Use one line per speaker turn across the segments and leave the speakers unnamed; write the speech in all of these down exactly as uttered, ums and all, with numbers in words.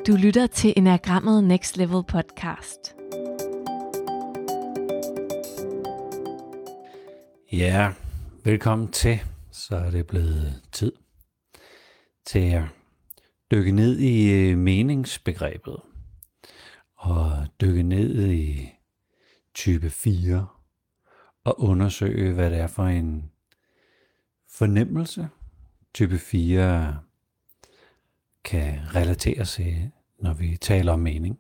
Du lytter til Enagrammet Next Level podcast.
Ja, velkommen til. Så er det blevet tid til at dykke ned i meningsbegrebet og dykke ned i type fire og undersøge, hvad det er for en fornemmelse, type fire kan relatere sig, når vi taler om mening.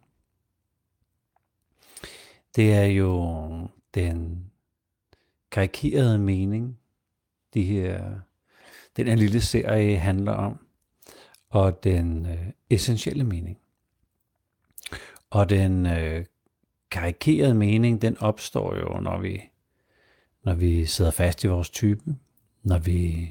Det er jo den karikerede mening, de her, den her lille serie handler om, og den øh, essentielle mening. Og den øh, karikerede mening, den opstår jo, når vi, når vi sidder fast i vores type, når vi,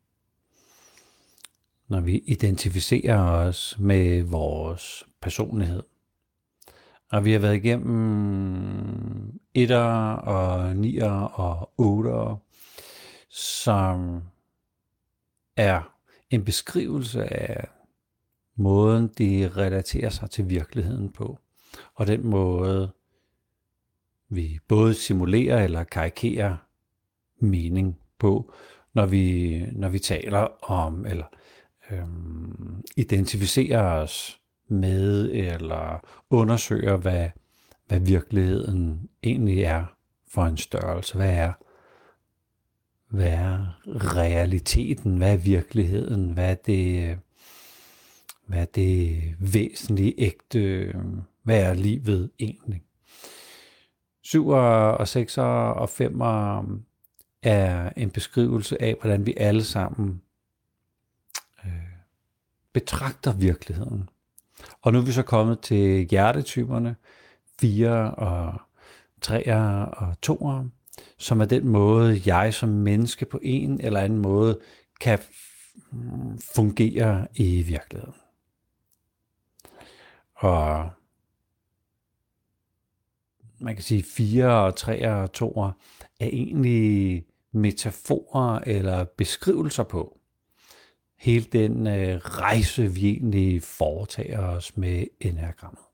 når vi identificerer os med vores personlighed. Og vi har været igennem etter og nier og otter, som er en beskrivelse af måden, de relaterer sig til virkeligheden på. Og den måde, vi både simulerer eller karikerer mening på, når vi, når vi taler om eller øhm, identificerer os med eller undersøger, hvad, hvad virkeligheden egentlig er for en størrelse. Hvad er, hvad er realiteten? Hvad er virkeligheden? Hvad er det, hvad er det væsentlige, ægte? Hvad er livet egentlig? Syver og sekser og femmer er en beskrivelse af, hvordan vi alle sammen øh, betragter virkeligheden. Og nu er vi så kommet til hjertetyperne, fire og treer og toer, som er den måde, jeg som menneske på en eller anden måde kan fungere i virkeligheden. Og man kan sige, fire og treer og toer er egentlig metaforer eller beskrivelser på hele den øh, rejse, vi egentlig foretager os med enagrammet.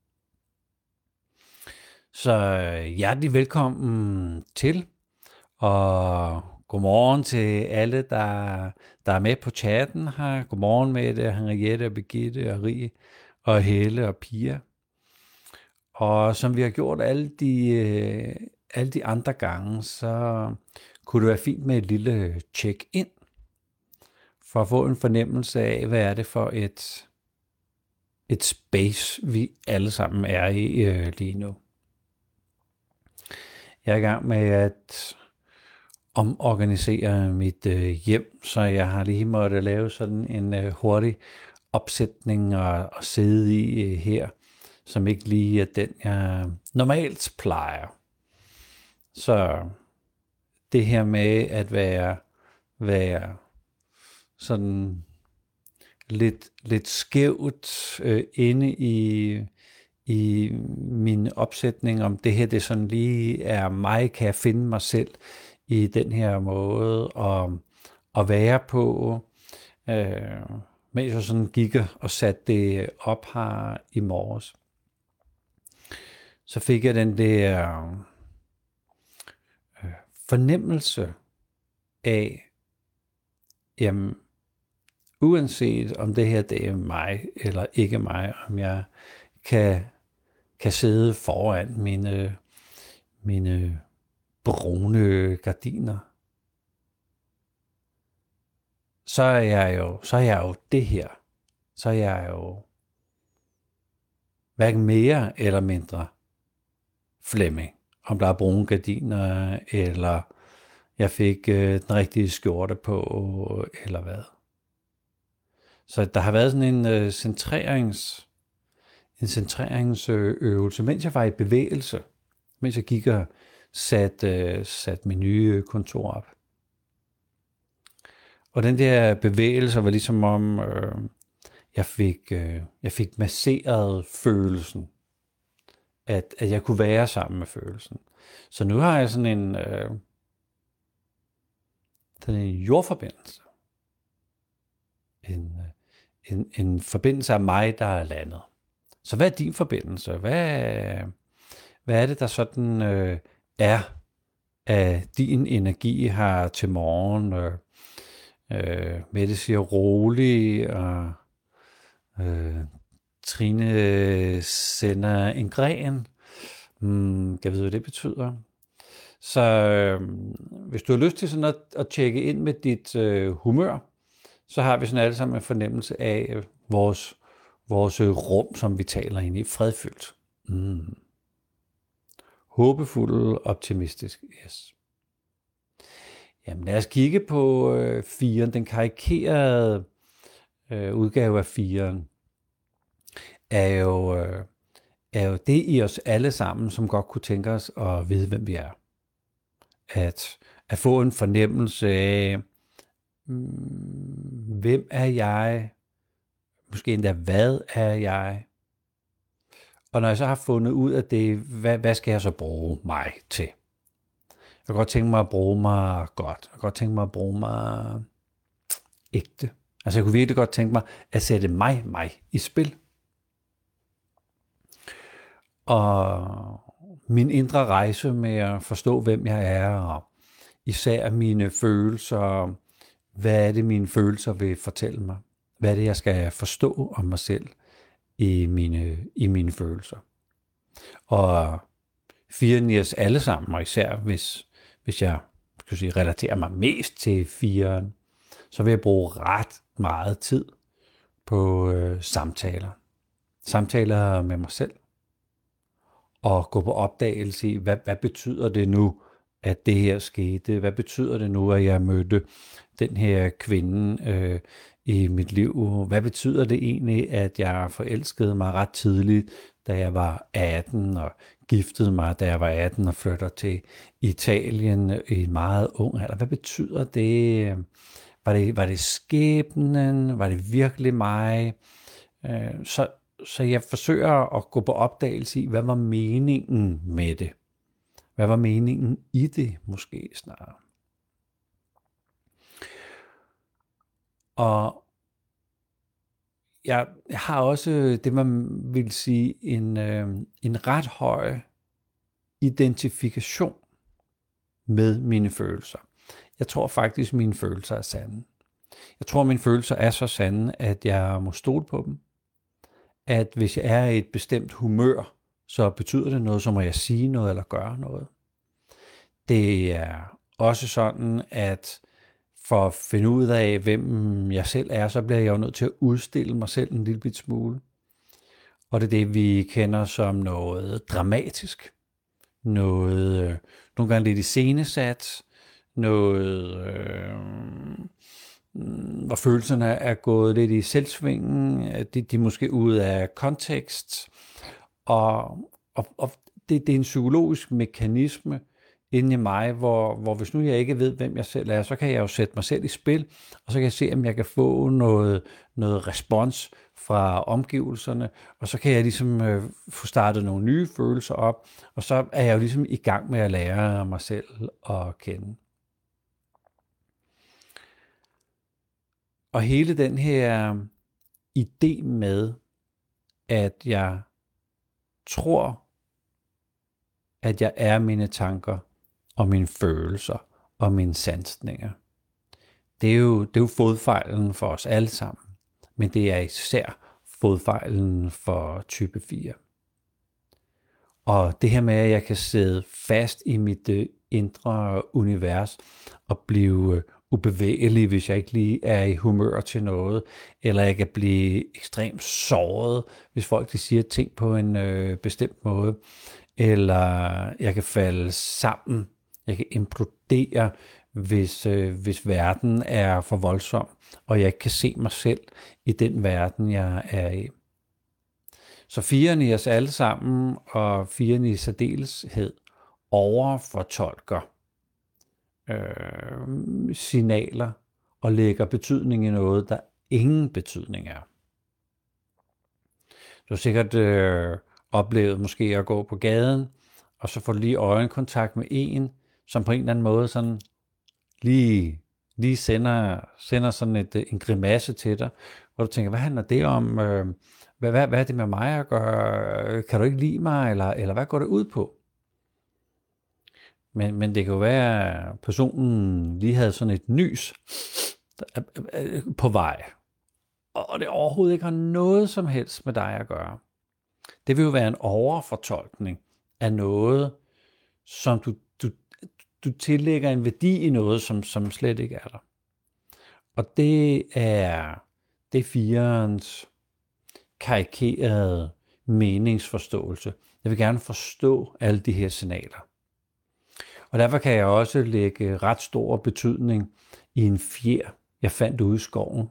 Så hjertelig velkommen til, og godmorgen til alle, der, der er med på chatten her. Godmorgen med det, Henriette og Birgitte og Rie og Helle og Pia. Og som vi har gjort alle de, øh, alle de andre gange, så kunne det være fint med et lille check-in, for at få en fornemmelse af, hvad er det for et, et space, vi alle sammen er i øh, lige nu. Jeg er i gang med at omorganisere mit øh, hjem, så jeg har lige måttet lave sådan en øh, hurtig opsætning og, og sidde i øh, her, som ikke lige er den, jeg normalt plejer. Så det her med at være, være sådan lidt, lidt skævt øh, inde i, i min opsætning, om det her det sådan lige er mig, kan jeg finde mig selv i den her måde at, at være på, øh, mens jeg sådan gik og satte det op her i morges. Så fik jeg den der øh, fornemmelse af, jamen, uanset om det her det er mig eller ikke mig, om jeg kan, kan sidde foran mine, mine brune gardiner, så er jeg jo, så er jeg jo det her. Så er jeg jo hverken mere eller mindre Flemming. Om der er brune gardiner, eller jeg fik øh, den rigtige skjorte på, eller hvad. Så der har været sådan en øh, centrerings, en centreringsøvelse, mens jeg var i bevægelse, mens jeg gik og satte øh, sat min nye kontor op. Og den der bevægelse var ligesom om, øh, jeg fik, øh, jeg fik masseret følelsen, at, at jeg kunne være sammen med følelsen. Så nu har jeg sådan en, øh, sådan en jordforbindelse. En, en, en forbindelse af mig, der er landet. Så hvad er din forbindelse? Hvad, hvad er det, der sådan øh, er af din energi her til morgen? Øh, øh, Mette siger rolig, og øh, Trine sender en gren. Hmm, jeg ved, hvad det betyder. Så øh, hvis du har lyst til sådan at, at tjekke ind med dit øh, humør, så har vi sådan alle sammen en fornemmelse af øh, vores, vores øh, rum, som vi taler ind i, fredfyldt. Mm. Håbefuld, optimistisk, yes. Jamen lad os kigge på øh, firen, den karikerede øh, udgave af firen, er jo, øh, er jo det i os alle sammen, som godt kunne tænke os at vide, hvem vi er. At, at få en fornemmelse af, mm, hvem er jeg? Måske endda, hvad er jeg? Og når jeg så har fundet ud af det, hvad, hvad skal jeg så bruge mig til? Jeg kan godt tænke mig at bruge mig godt. Jeg kan godt tænke mig at bruge mig ægte. Altså jeg kunne virkelig godt tænke mig at sætte mig, mig i spil. Og min indre rejse med at forstå, hvem jeg er, og især mine følelser. Hvad er det, mine følelser vil fortælle mig? Hvad er det, jeg skal forstå om mig selv i mine, i mine følelser? Og firen i os alle sammen, og især hvis, hvis jeg skal sige, relaterer mig mest til firen, så vil jeg bruge ret meget tid på øh, samtaler. Samtaler med mig selv. Og gå på opdagelse i, hvad, hvad betyder det nu, at det her skete? Hvad betyder det nu, at jeg mødte den her kvinde øh, i mit liv? Hvad betyder det egentlig, at jeg forelskede mig ret tidligt, da jeg var atten, og giftede mig, da jeg var atten, og flytter til Italien i en meget ung alder? Hvad betyder det? Var det, var det skæbnen? Var det virkelig mig? Øh, så, så jeg forsøger at gå på opdagelse i, hvad var meningen med det? Hvad var meningen i det, måske snarere? Og jeg, jeg har også det, man vil sige, en, øh, en ret høj identifikation med mine følelser. Jeg tror faktisk, at mine følelser er sande. Jeg tror, at mine følelser er så sande, at jeg må stole på dem. At hvis jeg er i et bestemt humør, så betyder det noget, så må jeg sige noget eller gøre noget. Det er også sådan, at for at finde ud af, hvem jeg selv er, så bliver jeg jo nødt til at udstille mig selv en lille bit smule. Og det er det, vi kender som noget dramatisk. Noget, øh, nogle gange lidt iscenesat. Noget, øh, hvor følelserne er gået lidt i selvsvingen. De, de er måske ude af kontekst. Og, og, og det, det er en psykologisk mekanisme inde i mig, hvor, hvor hvis nu jeg ikke ved, hvem jeg selv er, så kan jeg jo sætte mig selv i spil, og så kan jeg se, om jeg kan få noget, noget respons fra omgivelserne, og så kan jeg ligesom øh, få startet nogle nye følelser op, og så er jeg jo ligesom i gang med at lære mig selv at kende. Og hele den her idé med, at jeg tror, at jeg er mine tanker, og mine følelser, og mine sansninger. Det er jo, det er jo fodfejlen for os alle sammen, men det er især fodfejlen for type fire. Og det her med, at jeg kan sidde fast i mit øh, indre univers, og blive øh, ubevægelig, hvis jeg ikke lige er i humør til noget, eller jeg kan blive ekstremt såret, hvis folk de siger ting på en øh, bestemt måde, eller jeg kan falde sammen, jeg kan implodere, hvis, øh, hvis verden er for voldsom, og jeg ikke kan se mig selv i den verden, jeg er i. Så firen i os alle sammen, og firen i særdeleshed, overfortolker øh, signaler, og lægger betydning i noget, der ingen betydning er. Du har sikkert øh, oplevet måske at gå på gaden, og så får du lige øjenkontakt med en, som på en eller anden måde sådan lige, lige sender, sender sådan et, en grimasse til dig, hvor du tænker, hvad handler det om? hvad, hvad, hvad er det med mig at gøre? Kan du ikke lide mig? Eller, eller hvad går det ud på? Men, men det kan jo være, at personen lige havde sådan et nys på vej, og det overhovedet ikke har noget som helst med dig at gøre. Det vil jo være en overfortolkning af noget, som du, du, du tillægger en værdi i noget, som, som slet ikke er der. Og det er, det er firens karikerede meningsforståelse. Jeg vil gerne forstå alle de her signaler. Og derfor kan jeg også lægge ret stor betydning i en fjer, jeg fandt ude i skoven,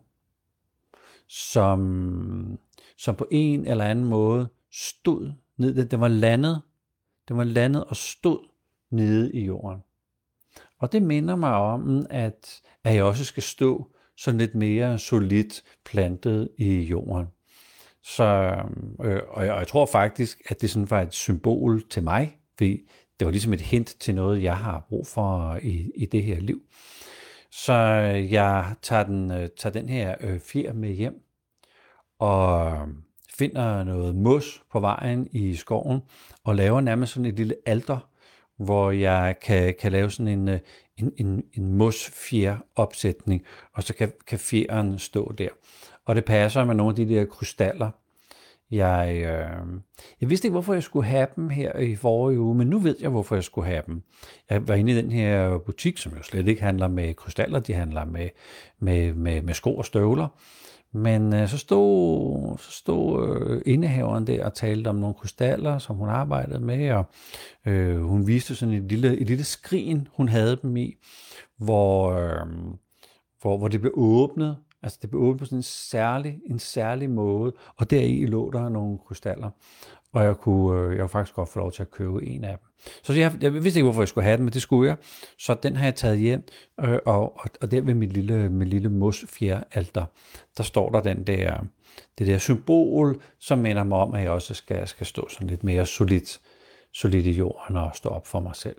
som, som på en eller anden måde stod ned. Den var landet, den var landet og stod nede i jorden. Og det minder mig om, at, at jeg også skal stå sådan lidt mere solidt plantet i jorden. Så, øh, og, jeg, og jeg tror faktisk, at det sådan var et symbol til mig, fordi det var ligesom et hint til noget, jeg har brug for i, i det her liv. Så jeg tager den, tager den her øh, fjer med hjem, og finder noget mos på vejen i skoven, og laver nærmest sådan et lille alter, hvor jeg kan, kan lave sådan en, en, en, en mosfjer-opsætning, og så kan, kan fjeren stå der. Og det passer med nogle af de der krystaller. Jeg, øh, jeg vidste ikke, hvorfor jeg skulle have dem her i forrige uge, men nu ved jeg, hvorfor jeg skulle have dem. Jeg var inde i den her butik, som jo slet ikke handler med krystaller, de handler med, med, med, med sko og støvler. Men øh, så stod, så stod øh, indehaveren der og talte om nogle krystaller, som hun arbejdede med, og øh, hun viste sådan et lille, et lille skrin, hun havde dem i, hvor, øh, hvor, hvor det blev åbnet. Altså det blev åbnet på sådan en særlig, en særlig måde, og deri lå der nogle krystaller. Og jeg kunne, øh, jeg kunne faktisk godt få lov til at købe en af dem. Så jeg, jeg vidste ikke, hvorfor jeg skulle have den, men det skulle jeg. Så den har jeg taget hjem, øh, og, og, og der ved mit lille, mit lille mosfjeralter, der står der den der, det der symbol, som minder mig om, at jeg også skal, skal stå sådan lidt mere solidt, solidt i jorden og stå op for mig selv.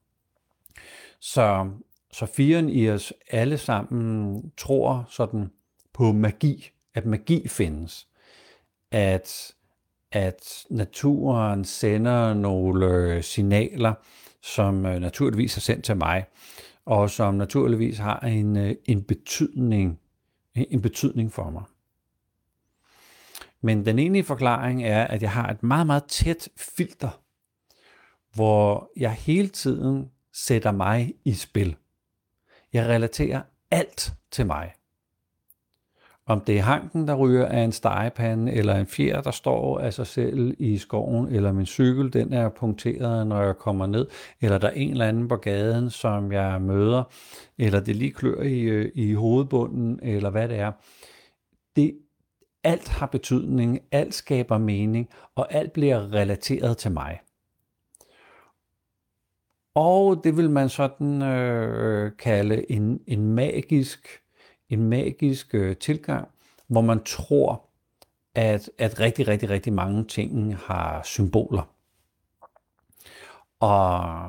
Så, så firen i os alle sammen tror sådan på magi, at magi findes, at at naturen sender nogle signaler, som naturligvis er sendt til mig, og som naturligvis har en, en betydning, en betydning for mig. Men den egentlige forklaring er, at jeg har et meget, meget tæt filter, hvor jeg hele tiden sætter mig i spil. Jeg relaterer alt til mig. Om det er hanken, der ryger af en stegepande, eller en fjer, der står af sig selv i skoven, eller min cykel, den er punkteret, når jeg kommer ned, eller der er en eller anden på gaden, som jeg møder, eller det lige klør i, i hovedbunden, eller hvad det er. Det, alt har betydning, alt skaber mening, og alt bliver relateret til mig. Og det vil man sådan øh, kalde en, en magisk En magisk øh, tilgang, hvor man tror, at, at rigtig, rigtig, rigtig mange ting har symboler. Og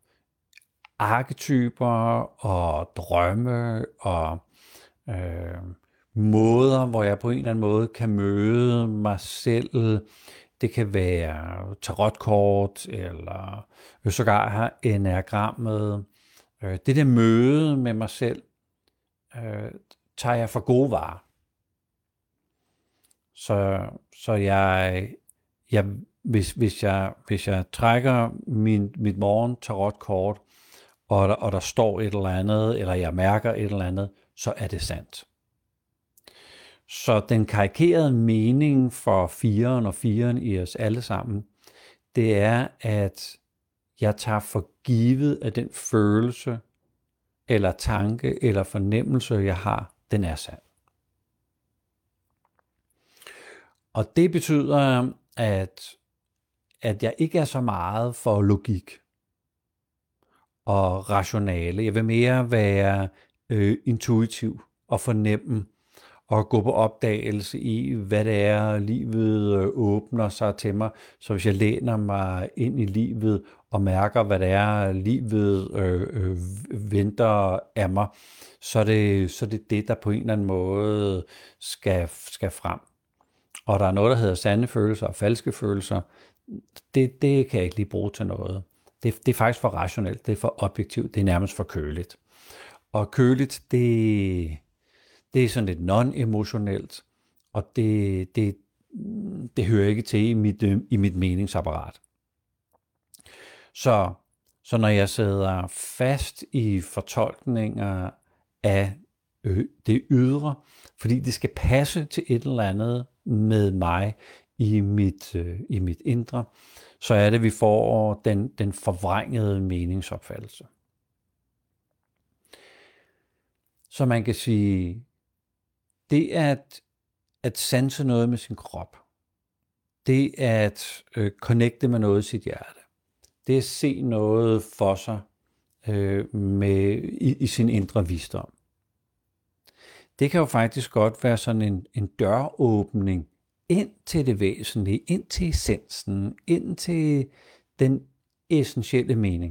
arketyper og drømme og øh, måder, hvor jeg på en eller anden måde kan møde mig selv. Det kan være tarotkort, eller sågar have enagrammet. Øh, det der møde med mig selv, Øh, tager jeg for gode varer. Så, så jeg, jeg, hvis, hvis, jeg, hvis jeg trækker min, mit morgen tarotkort, og der, og der står et eller andet, eller jeg mærker et eller andet, så er det sandt. Så den karikerede mening for firen og firen i os alle sammen, det er, at jeg tager for givet, at den følelse, eller tanke, eller fornemmelse, jeg har, den er sand. Og det betyder, at, at jeg ikke er så meget for logik og rationale. Jeg vil mere være øh, intuitiv og fornemme, og gå på opdagelse i, hvad det er, livet øh, åbner sig til mig. Så hvis jeg læner mig ind i livet, og mærker, hvad det er, livet øh, øh, venter af mig, så er, det, så er det det, der på en eller anden måde skal, skal frem. og der er noget, der hedder sande følelser og falske følelser, det, det kan jeg ikke lige bruge til noget. Det, det er faktisk for rationelt, det er for objektivt, det er nærmest for køligt. Og køligt, det, det er sådan lidt non-emotionelt, og det, det, det hører ikke til i mit, i mit meningsapparat. Så, så når jeg sidder fast i fortolkninger af det ydre, fordi det skal passe til et eller andet med mig i mit, i mit indre, så er det, vi får den, den forvrængede meningsopfattelse. Så man kan sige, det er at, at sanse noget med sin krop, det er at øh, connecte med noget i sit hjerte, det er at se noget for sig øh, med, i, i sin indre visdom. Det kan jo faktisk godt være sådan en, en døråbning ind til det væsentlige, ind til essensen, ind til den essentielle mening.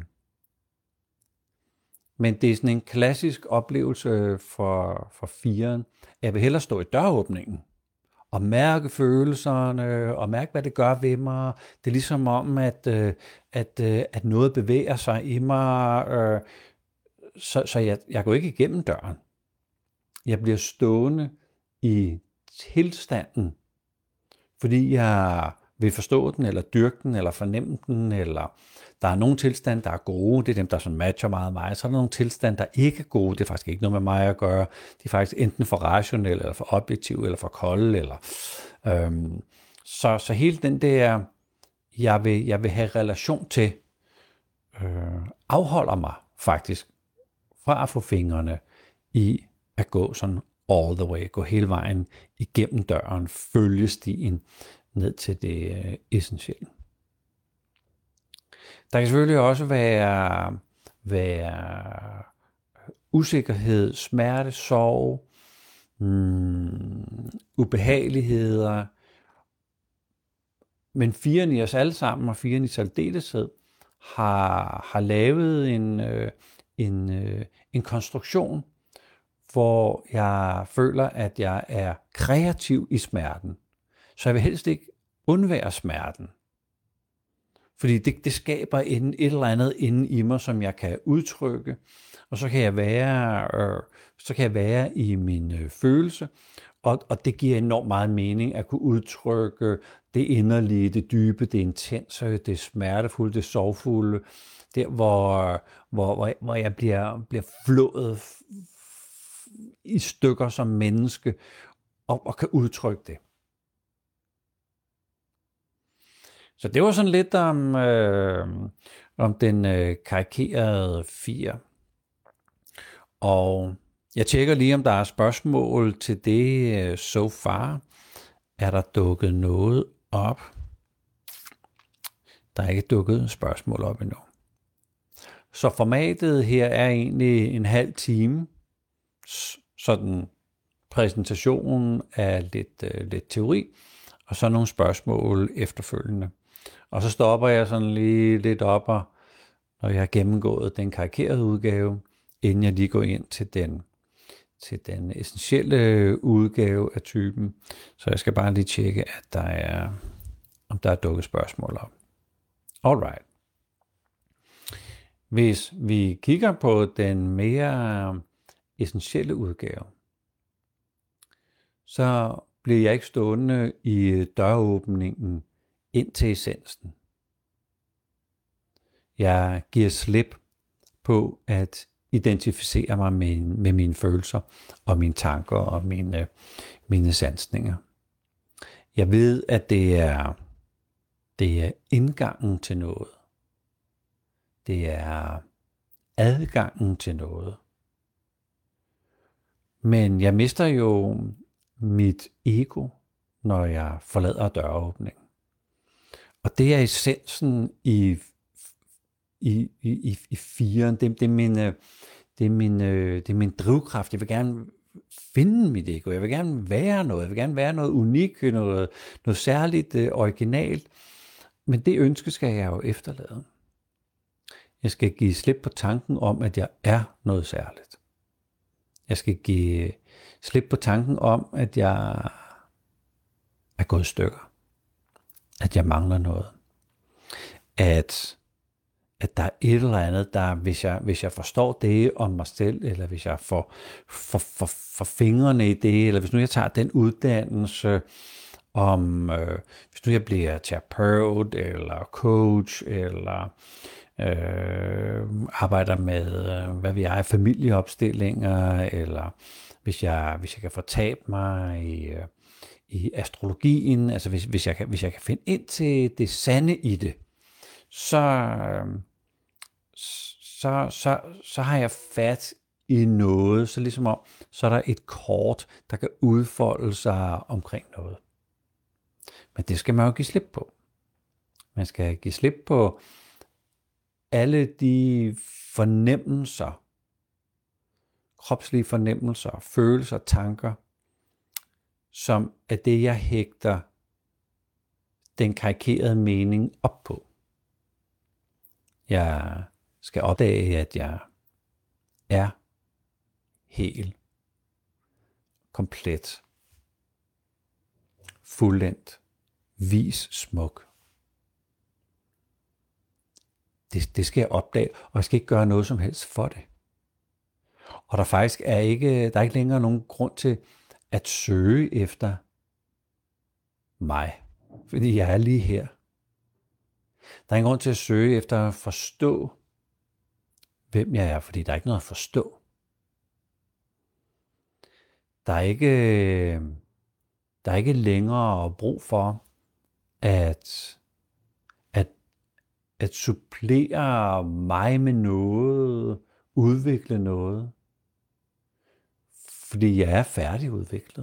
Men det er sådan en klassisk oplevelse for, for firen. Jeg vil hellere stå i døråbningen og mærke følelserne og mærke, hvad det gør ved mig. Det er ligesom om, at, at, at noget bevæger sig i mig, så, så jeg, jeg går ikke igennem døren. Jeg bliver stående i tilstanden, fordi jeg vil forstå den, eller dyrke den, eller fornemme den, eller der er nogle tilstande, der er gode, det er dem, der sådan matcher meget mig, så er der nogle tilstande, der ikke er gode, det er faktisk ikke noget med mig at gøre, de er faktisk enten for rationelle, eller for objektive, eller for kolde, eller øhm, så, så hele den der, jeg vil, jeg vil have relation til, øh, afholder mig faktisk fra at få fingrene i at gå sådan all the way, gå hele vejen igennem døren, følge stien ned til det øh, essentielle. Der kan selvfølgelig også være, være usikkerhed, smerte, sorg, mm, ubehageligheder, men firen i os alle sammen, og firen i særdeleshed, har, har lavet en, øh, en, øh, en konstruktion, hvor jeg føler, at jeg er kreativ i smerten. Så jeg vil helst ikke undvære smerten. Fordi det, det skaber en, et eller andet inde i mig, som jeg kan udtrykke. Og så kan jeg være, øh, så kan jeg være i min øh, følelse. Og, og det giver enormt meget mening at kunne udtrykke det inderlige, det dybe, det intense, det smertefulde, det sorgfulde. Der, hvor, hvor, hvor, hvor jeg bliver, bliver flået i stykker som menneske, og, og kan udtrykke det. Så det var sådan lidt om, øh, om den øh, karikerede fir. Og jeg tjekker lige, om der er spørgsmål til det øh, so far. Er der dukket noget op? Der er ikke dukket spørgsmål op endnu. Så formatet her er egentlig en halv time. Sådan præsentationen af lidt, øh, lidt teori, og så nogle spørgsmål efterfølgende. Og så stopper jeg sådan lige lidt op, og når jeg har gennemgået den karikerede udgave, inden jeg lige går ind til den, til den essentielle udgave af typen. Så jeg skal bare lige tjekke, at der er, om der er dukket spørgsmål op. Alright. Hvis vi kigger på den mere essentielle udgave, så bliver jeg ikke stående i døråbningen ind til essensen. Jeg giver slip på at identificere mig med, med mine følelser og mine tanker og mine, mine sansninger. Jeg ved, at det er, det er indgangen til noget. Det er adgangen til noget. Men jeg mister jo mit ego, når jeg forlader døråbningen. Og det er essensen i, i, i, i firen. Det, det, er min, det, er min, det er min drivkraft. Jeg vil gerne finde mit ego. Jeg vil gerne være noget. Jeg vil gerne være noget unikt, noget, noget særligt, originalt. Men det ønske skal jeg jo efterlade. Jeg skal give slip på tanken om, at jeg er noget særligt. Jeg skal give slip på tanken om, at jeg er gået i stykker. At jeg mangler noget. At, at der er et eller andet, der, hvis jeg, hvis jeg forstår det om mig selv, eller hvis jeg får, får, får, får fingrene i det, eller hvis nu jeg tager den uddannelse, om øh, hvis nu jeg bliver terapeut, eller coach, eller øh, arbejder med, øh, hvad vi er, familieopstillinger, eller hvis jeg, hvis jeg kan fortabe mig i, øh, i astrologien, altså hvis, hvis, jeg kan, hvis jeg kan finde ind til det sande i det, så, øh, så, så, så har jeg fat i noget, så ligesom om, så er der et kort, der kan udfolde sig omkring noget. Men det skal man jo give slip på. Man skal give slip på alle de fornemmelser, kropslige fornemmelser, følelser, tanker, som er det, jeg hægter den karikerede mening op på. Jeg skal opdage, at jeg er hel, komplet, fuldendt, vis, smuk. Det, det skal jeg opdage, og jeg skal ikke gøre noget som helst for det. Og der faktisk er ikke, der er ikke længere nogen grund til at søge efter mig, fordi jeg er lige her. Der er ingen grund til at søge efter at forstå, hvem jeg er, fordi der er ikke noget at forstå. Der er ikke, der er ikke længere brug for at, at, at supplere mig med noget, udvikle noget, fordi jeg er færdigudviklet.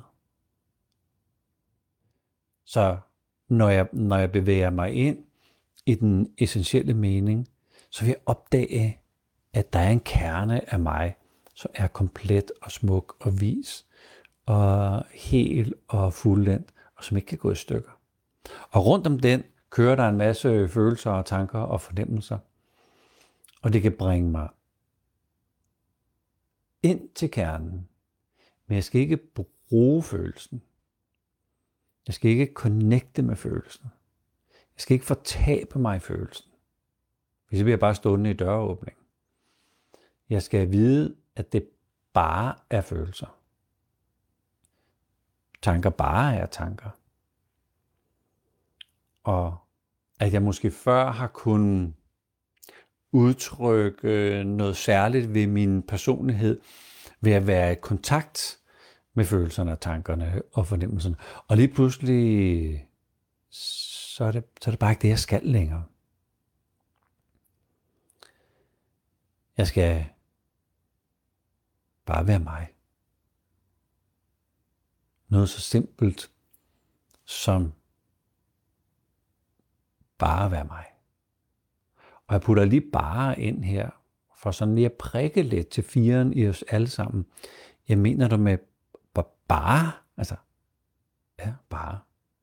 Så når jeg, når jeg bevæger mig ind i den essentielle mening, så vil jeg opdage, at der er en kerne af mig, som er komplet og smuk og vis, og hel og fuldendt, og som ikke kan gå i stykker. Og rundt om den kører der en masse følelser og tanker og fornemmelser, og det kan bringe mig ind til kernen, men jeg skal ikke bruge følelsen. Jeg skal ikke connecte med følelsen. Jeg skal ikke fortabe mig i følelsen. Hvis jeg bliver bare stående i døråbning. Jeg skal vide, at det bare er følelser. Tanker bare er tanker. Og at jeg måske før har kunnet udtrykke noget særligt ved min personlighed, ved at være i kontakt med følelserne og tankerne og fornemmelserne. Og lige pludselig, så er det, så er det bare ikke det, jeg skal længere. Jeg skal bare være mig. Noget så simpelt som bare være mig. Og jeg putter lige bare ind her, for sådan lige at prikke lidt til firen i os alle sammen. Jeg mener du med bare, altså, ja, bare.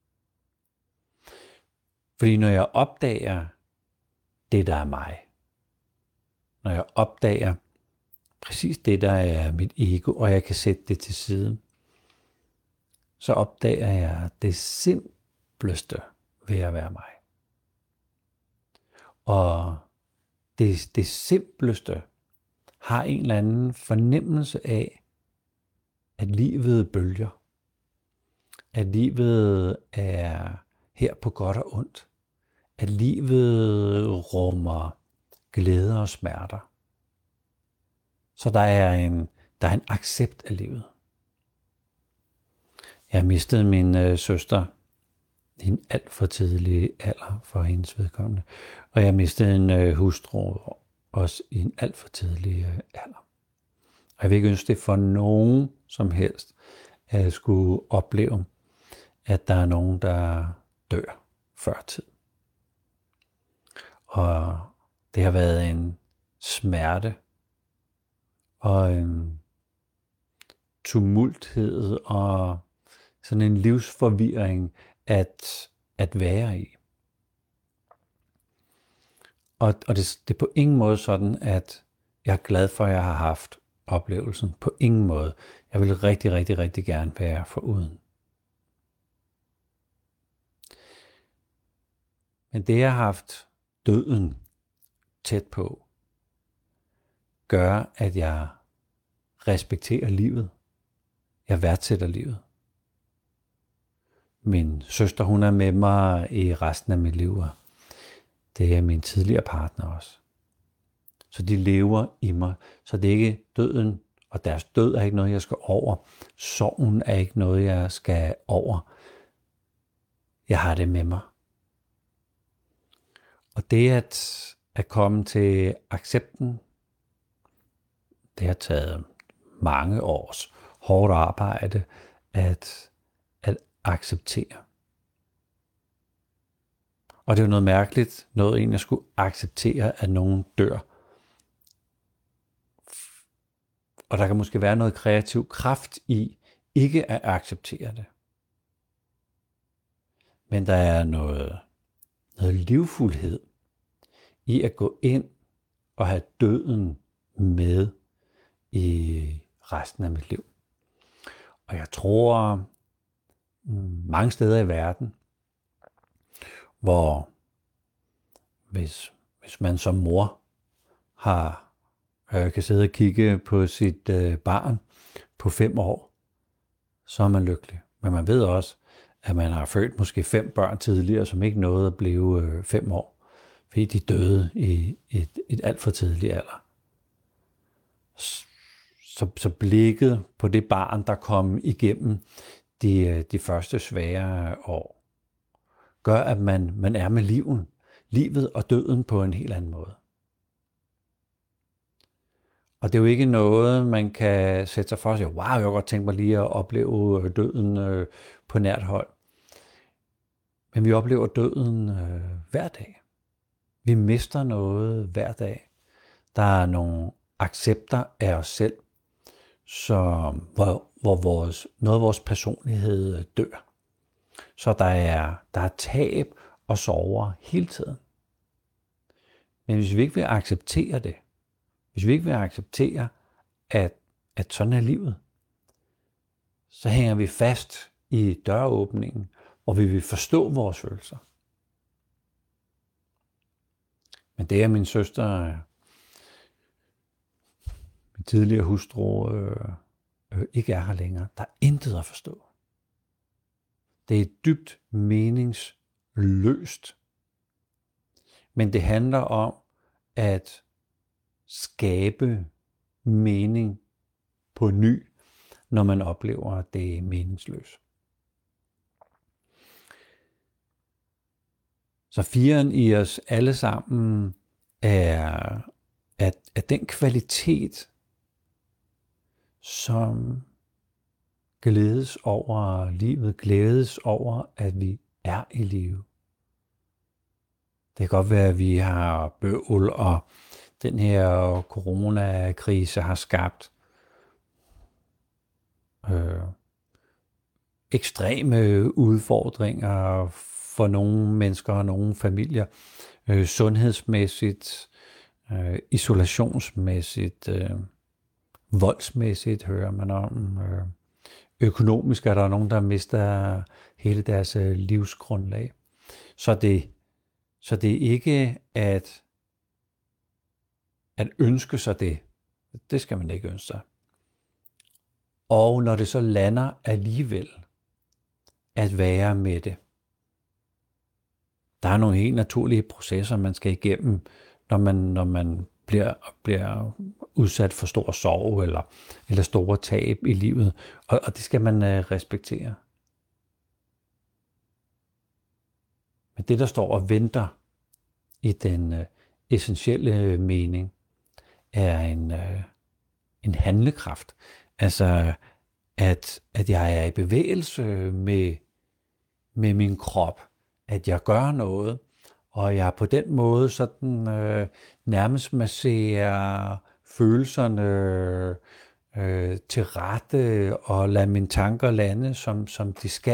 Fordi når jeg opdager det, der er mig, når jeg opdager præcis det, der er mit ego, og jeg kan sætte det til side, så opdager jeg det simpleste ved at være mig. Og det, det simpleste har en eller anden fornemmelse af, at livet bølger. At livet er her på godt og ondt. At livet rummer glæder og smerter. Så der er en, der er en accept af livet. Jeg mistede min øh, søster i en alt for tidlig alder for hendes vedkommende. Og jeg mistede en øh, hustru også i en alt for tidlig øh, alder. Og jeg vil ikke ønske det for nogen som helst, at jeg skulle opleve, at der er nogen, der dør før tid. Og det har været en smerte og en tumulthed og sådan en livsforvirring at, at være i. Og, og det, det er på ingen måde sådan, at jeg er glad for, at jeg har haft oplevelsen. På ingen måde. Jeg vil rigtig, rigtig, rigtig gerne være foruden. Men det, jeg har haft døden tæt på, gør, at jeg respekterer livet. Jeg værdsætter livet. Min søster, hun er med mig i resten af mit liv, og det er min tidligere partner også. Så de lever i mig. Så det er ikke døden, og deres død er ikke noget, jeg skal over. Sorgen er ikke noget, jeg skal over. Jeg har det med mig. Og det at, at komme til accepten, det har taget mange års hårdt arbejde at, at acceptere. Og det er jo noget mærkeligt, noget egentlig at skulle acceptere, at nogen dør. Og der kan måske være noget kreativ kraft i ikke at acceptere det. Men der er noget, noget livfuldhed i at gå ind og have døden med i resten af mit liv. Og jeg tror mange steder i verden, hvor hvis, hvis man som mor har, øh, kan sidde og kigge på sit øh, barn på fem år, så er man lykkelig. Men man ved også, at man har født måske fem børn tidligere, som ikke nåede at blive øh, fem år, fordi de døde i et, et alt for tidligt alder. Så, så blikket på det barn, der kom igennem de, de første svære år, gør, at man, man er med livet, livet og døden på en helt anden måde. Og det er jo ikke noget, man kan sætte sig for og sige, wow, jeg kan godt tænke mig lige at opleve døden øh, på nært hold. Men vi oplever døden øh, hver dag. Vi mister noget hver dag. Der er nogle accepter af os selv, så, hvor, hvor vores, noget af vores personlighed dør. Så der er, der er tab og sorger hele tiden. Men hvis vi ikke vil acceptere det, hvis vi ikke vil acceptere, at, at sådan er livet, så hænger vi fast i døråbningen, og vi vil forstå vores følelser. Men det er min søster, min tidligere hustru, øh, øh, ikke er her længere. Der er intet at forstå. Det er dybt meningsløst. Men det handler om at skabe mening på ny, når man oplever, at det er meningsløst. Så firen i os alle sammen er at, at den kvalitet, som glædes over livet, glædes over, at vi er i live. Det kan godt være, at vi har bøvl, og den her coronakrise har skabt øh, ekstreme udfordringer for nogle mennesker og nogle familier, øh, sundhedsmæssigt, øh, isolationsmæssigt, øh, voldsmæssigt hører man om. Øh, økonomisk er der nogen, der mister hele deres øh, livsgrundlag. Så det, så det er ikke at, at ønske sig det. Det skal man ikke ønske sig. Og når det så lander alligevel, at være med det. Der er nogle helt naturlige processer, man skal igennem, når man, når man bliver, bliver udsat for stor sorg eller, eller store tab i livet. Og, og det skal man uh, respektere. Men det, der står og venter i den uh, essentielle mening, er en, uh, en handlekraft. Altså, at, at jeg er i bevægelse med, med min krop. At jeg gør noget, og jeg på den måde sådan øh, nærmest masserer følelserne øh, til rette og lader mine tanker lande, som, som de skal.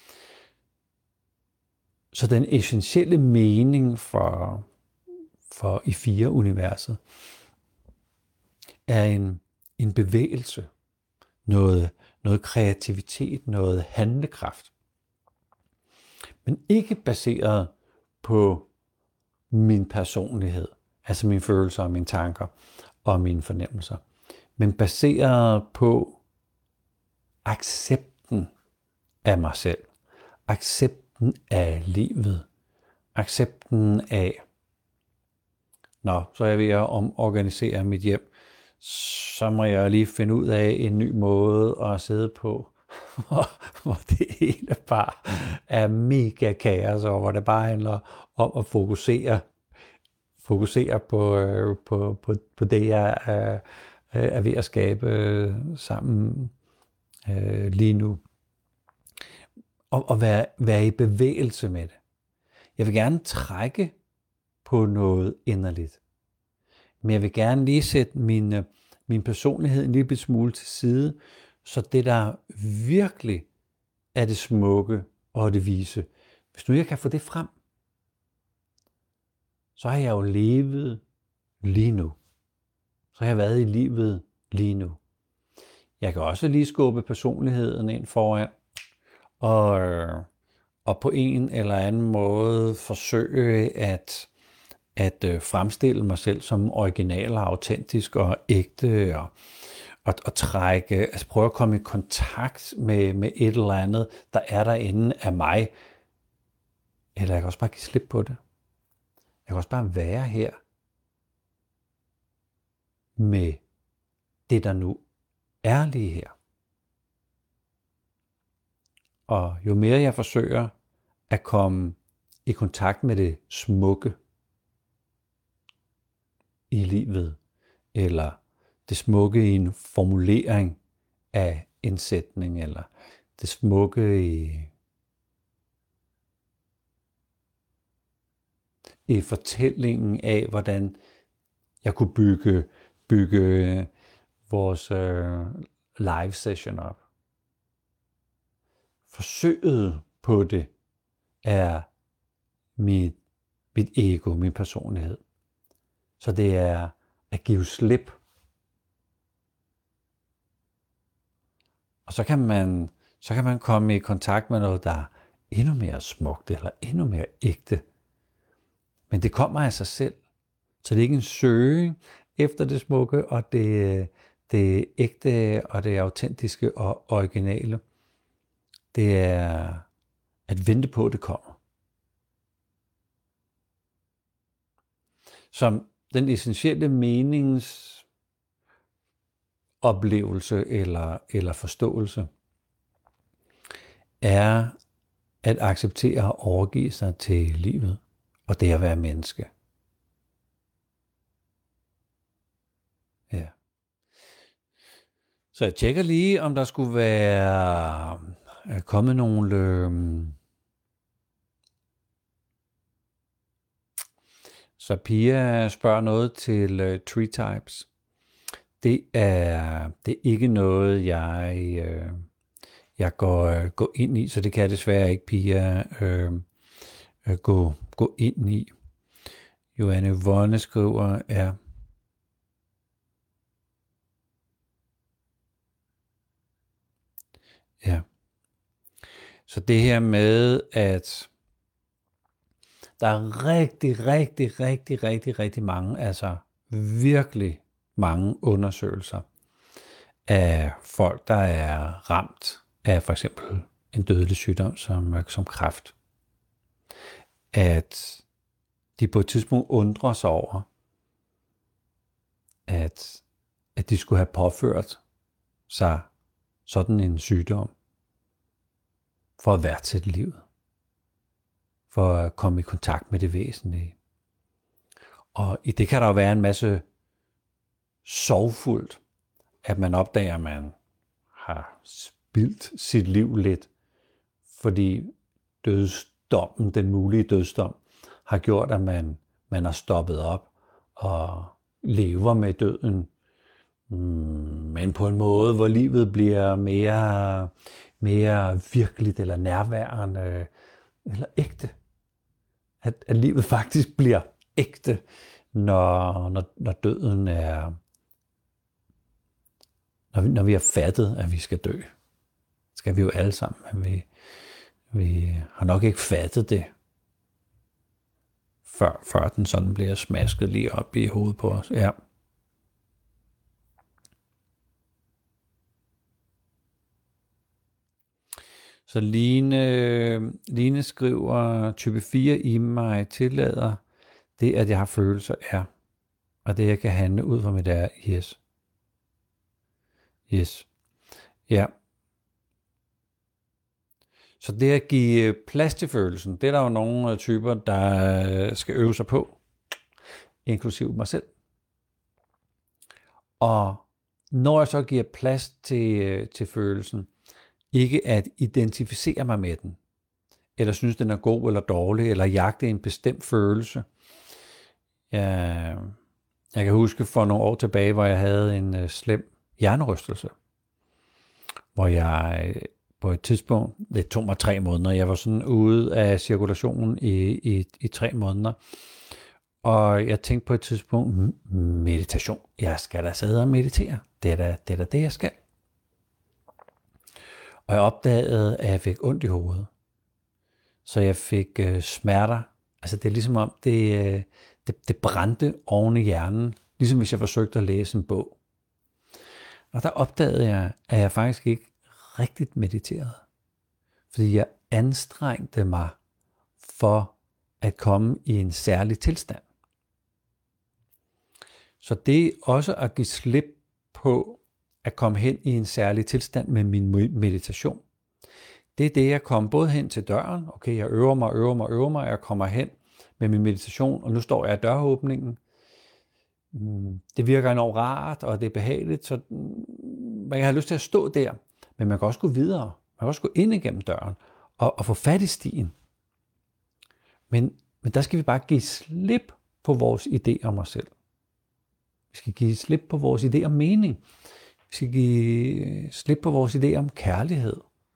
Så den essentielle mening for, for i fire universet er en, en bevægelse, noget, noget kreativitet, noget handlekraft. Men ikke baseret på min personlighed, altså mine følelser og mine tanker og mine fornemmelser, men baseret på accepten af mig selv, accepten af livet, accepten af, nå, så er jeg ved at omorganisere mit hjem, så må jeg lige finde ud af en ny måde at sidde på, hvor, hvor det hele bare er mega kaos, og hvor det bare handler om at fokusere, fokusere på, øh, på, på, på det, jeg er, er ved at skabe øh, sammen øh, lige nu. Og, og være, være i bevægelse med det. Jeg vil gerne trække på noget inderligt. Men jeg vil gerne lige sætte min, min personlighed en lille smule til side, så det der virkelig er det smukke og det vise. Hvis nu jeg kan få det frem, så har jeg jo levet lige nu. Så har jeg været i livet lige nu. Jeg kan også lige skubbe personligheden ind foran, og, og på en eller anden måde forsøge at, at fremstille mig selv som original og autentisk og ægte, og, og, og trække, altså prøve at komme i kontakt med, med et eller andet, der er derinde af mig. Eller jeg kan også bare give slip på det. Jeg kan også bare være her med det, der nu er lige her. Og jo mere jeg forsøger at komme i kontakt med det smukke i livet, eller det smukke i en formulering af en sætning, eller det smukke i, i fortællingen af, hvordan jeg kunne bygge, bygge vores øh, live session op. Forsøget på det er mit, mit ego, min personlighed. Så det er at give slip. Og så kan man, så kan man komme i kontakt med noget, der er endnu mere smukt, eller endnu mere ægte. Men det kommer af sig selv. Så det er ikke en søgen efter det smukke, og det, det ægte, og det autentiske og originale. Det er at vente på, at det kommer. Som den essentielle meningsoplevelse eller, eller forståelse er at acceptere og overgive sig til livet og det at være menneske. Ja. Så jeg tjekker lige, om der skulle være kommet nogle øh... Så Pia spørger noget til uh, tree types. Det er, det er ikke noget, jeg, øh, jeg går, går ind i, så det kan jeg desværre ikke, Pia, øh, gå, gå ind i. Joanne Vonne skriver, ja. Ja. Så det her med, at der er rigtig, rigtig, rigtig, rigtig, rigtig mange, altså virkelig mange undersøgelser af folk, der er ramt af for eksempel en dødelig sygdom som, som kræft. At de på et tidspunkt undrer sig over, at, at de skulle have påført sig sådan en sygdom for at værdsætte livet. For at komme i kontakt med det væsentlige. Og i det kan der jo være en masse sorgfuldt, at man opdager, at man har spildt sit liv lidt, fordi dødsdommen, den mulige dødsdom, har gjort, at man, man har stoppet op og lever med døden, men på en måde, hvor livet bliver mere, mere virkeligt eller nærværende eller ægte. At, at livet faktisk bliver ægte, når, når, når døden er, når vi, når vi har fattet, at vi skal dø. Skal vi jo alle sammen, men vi, vi har nok ikke fattet det. før, før den sådan bliver smasket lige op i hovedet på os. Ja. Så Line, Line skriver, type fire i mig tillader det, at jeg har følelser er, og det, jeg kan handle ud fra mit er, yes. Yes. Ja. Så det at give plads til følelsen, det er der jo nogle typer, der skal øve sig på, inklusiv mig selv. Og når jeg så giver plads til, til følelsen, ikke at identificere mig med den, eller synes, den er god eller dårlig, eller jagte en bestemt følelse. Jeg, jeg kan huske for nogle år tilbage, hvor jeg havde en uh, slem hjernerystelse, hvor jeg på et tidspunkt, det tog mig tre måneder, jeg var sådan ude af cirkulationen i, i, i tre måneder, og jeg tænkte på et tidspunkt, meditation, jeg skal da sidde og meditere, det er da det, er da det jeg skal. Og jeg opdagede, at jeg fik ondt i hovedet. Så jeg fik øh, smerter. Altså det er ligesom om, det, øh, det, det brændte oven i hjernen. Ligesom hvis jeg forsøgte at læse en bog. Og der opdagede jeg, at jeg faktisk ikke rigtigt mediterede. Fordi jeg anstrengte mig for at komme i en særlig tilstand. Så det også at give slip på at komme hen i en særlig tilstand med min meditation. Det er det, jeg kom både hen til døren. Okay, jeg øver mig, øver mig, øver mig. Jeg kommer hen med min meditation, og nu står jeg i døråbningen. Det virker enormt rart, og det er behageligt, så man kan have lyst til at stå der, men man kan også gå videre. Man kan også gå ind igennem døren og, og få fat i stien. Men, men der skal vi bare give slip på vores idé om os selv. Vi skal give slip på vores idé om mening. Vi skal give slip på vores idé om kærlighed.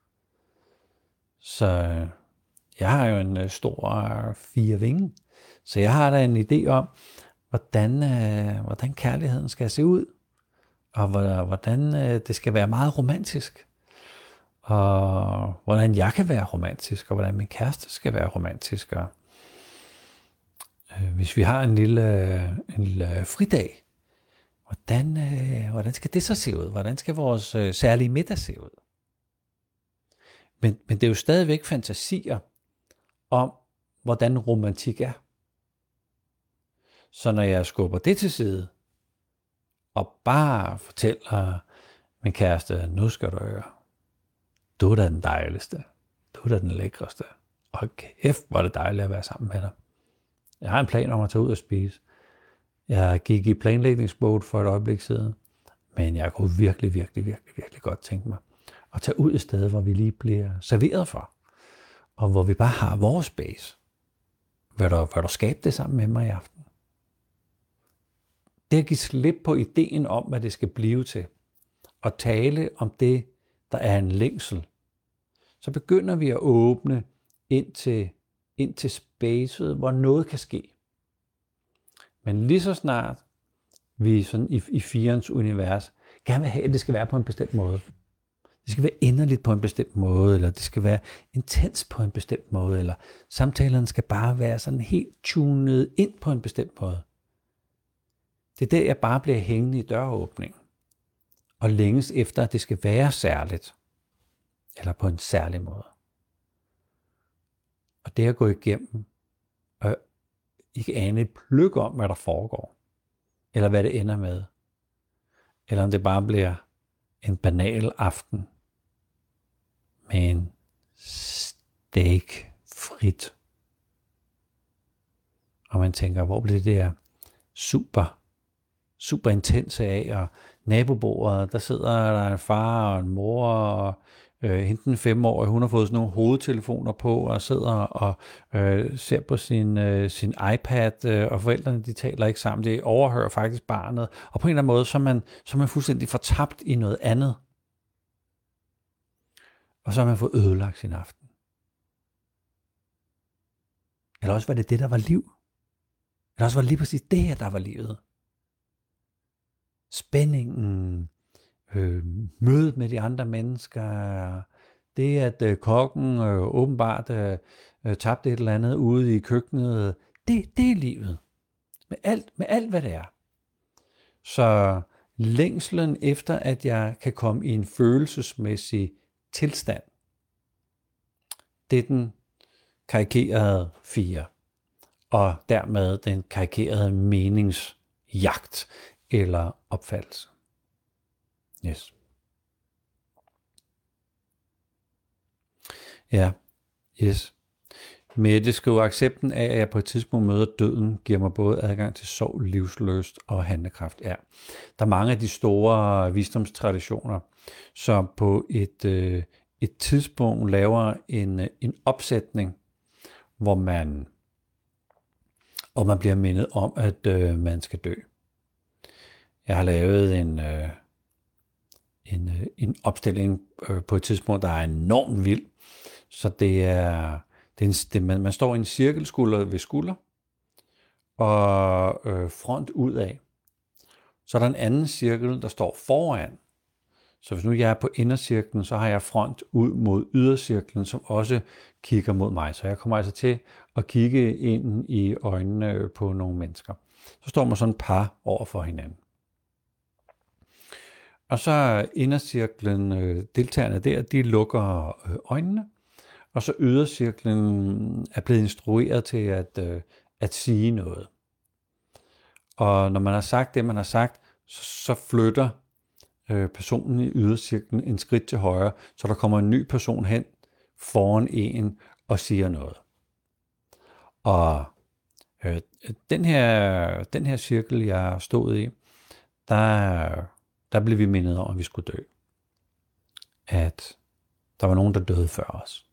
Så jeg har jo en stor fire vinge, så jeg har da en idé om, hvordan, hvordan kærligheden skal se ud, og hvordan det skal være meget romantisk, og hvordan jeg kan være romantisk, og hvordan min kæreste skal være romantisk. Og hvis vi har en lille, en lille fridag, Hvordan, øh, hvordan skal det så se ud? Hvordan skal vores øh, særlige middag se ud? Men, men det er jo stadigvæk fantasier om, hvordan romantik er. Så når jeg skubber det til side, og bare fortæller min kæreste, nu skal du høre, du er da den dejligste, du er da den lækreste, og kæft, hvor er det dejligt at være sammen med dig. Jeg har en plan om at tage ud og spise. Jeg gik i planlægningsmode for et øjeblik siden, men jeg kunne virkelig, virkelig, virkelig, virkelig godt tænke mig at tage ud et sted, hvor vi lige bliver serveret for, og hvor vi bare har vores space. Vil du, vil du skabe det sammen med mig i aften? Det at give slip på ideen om, hvad det skal blive til, og tale om det, der er en længsel, så begynder vi at åbne ind til, ind til spacet, hvor noget kan ske. Men lige så snart vi sådan i, i firens univers gerne vil have, at det skal være på en bestemt måde. Det skal være inderligt på en bestemt måde, eller det skal være intens på en bestemt måde, eller samtalerne skal bare være sådan helt tunet ind på en bestemt måde. Det er der, jeg bare bliver hængende i døråbningen, og længes efter, at det skal være særligt, eller på en særlig måde. Og det at gå igennem, og ikke ane et pløk om, hvad der foregår, eller hvad det ender med, eller om det bare bliver en banal aften med en steak frit. Og man tænker, hvor bliver det der super, super intense af, og nabobordet, der sidder der en far og en mor, og øh, hende den femårige, hun har fået sådan nogle hovedtelefoner på, og sidder og øh, ser på sin, øh, sin iPad, øh, og forældrene, de taler ikke sammen, de overhører faktisk barnet, og på en eller anden måde, så er man, så er man fuldstændig fortabt i noget andet. Og så har man fået ødelagt sin aften. Eller også var det det, der var liv. Eller også var det lige præcis det her, der var livet. Spændingen, øh, mødet med de andre mennesker, det at øh, kokken øh, åbenbart øh, tabte et eller andet ude i køkkenet, Det, det er livet. Med alt, med alt, hvad det er. Så længslen efter, at jeg kan komme i en følelsesmæssig tilstand, det er den karikerede fire. Og dermed den karikerede meningsjagt eller opfattelse. Yes. Ja, yes. Mette skriver, accepten af, at jeg på et tidspunkt møder døden, giver mig både adgang til sorg, livslyst og handlekraft. Ja. Der er mange af de store visdomstraditioner, som på et, øh, et tidspunkt laver en, en opsætning, hvor man, og man bliver mindet om, at øh, man skal dø. Jeg har lavet en, øh, en, øh, en opstilling øh, på et tidspunkt, der er enormt vild. Så det er, det er en, det, man, man står i en cirkel skulder ved skulder, og øh, front udad. Så er der en anden cirkel, der står foran. Så hvis nu jeg er på indercirklen, så har jeg front ud mod ydercirklen, som også kigger mod mig. Så jeg kommer altså til at kigge ind i øjnene på nogle mennesker. Så står man sådan et par over for hinanden. Og så indercirklen, deltagerne der, de lukker øjnene. Og så ydercirklen er blevet instrueret til at, at sige noget. Og når man har sagt det, man har sagt, så flytter personen i ydercirklen en skridt til højre, så der kommer en ny person hen foran en og siger noget. Og øh, den, her, den her cirkel, jeg stod i, der, der blev vi mindet om, at vi skulle dø. At der var nogen, der døde før os.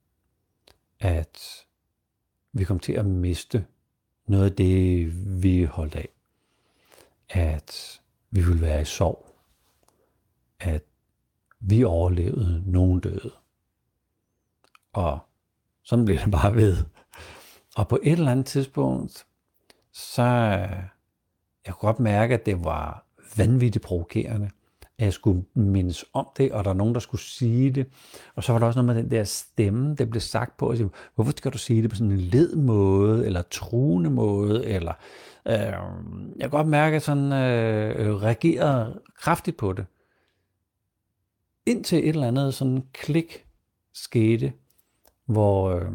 At vi kom til at miste noget af det, vi holdt af. At vi ville være i sorg. At vi overlevede, nogen døde. Og sådan blev det bare ved. Og på et eller andet tidspunkt, så jeg kunne godt mærke, at det var vanvittigt provokerende, at jeg skulle mindes om det, og der er nogen, der skulle sige det. Og så var der også noget med den der stemme, der blev sagt på, at sige, hvorfor skal du sige det på sådan en led måde, eller truende måde, eller øh, jeg kan godt mærke, at sådan øh, reagerede kraftigt på det. Indtil et eller andet sådan klik skete, hvor, øh,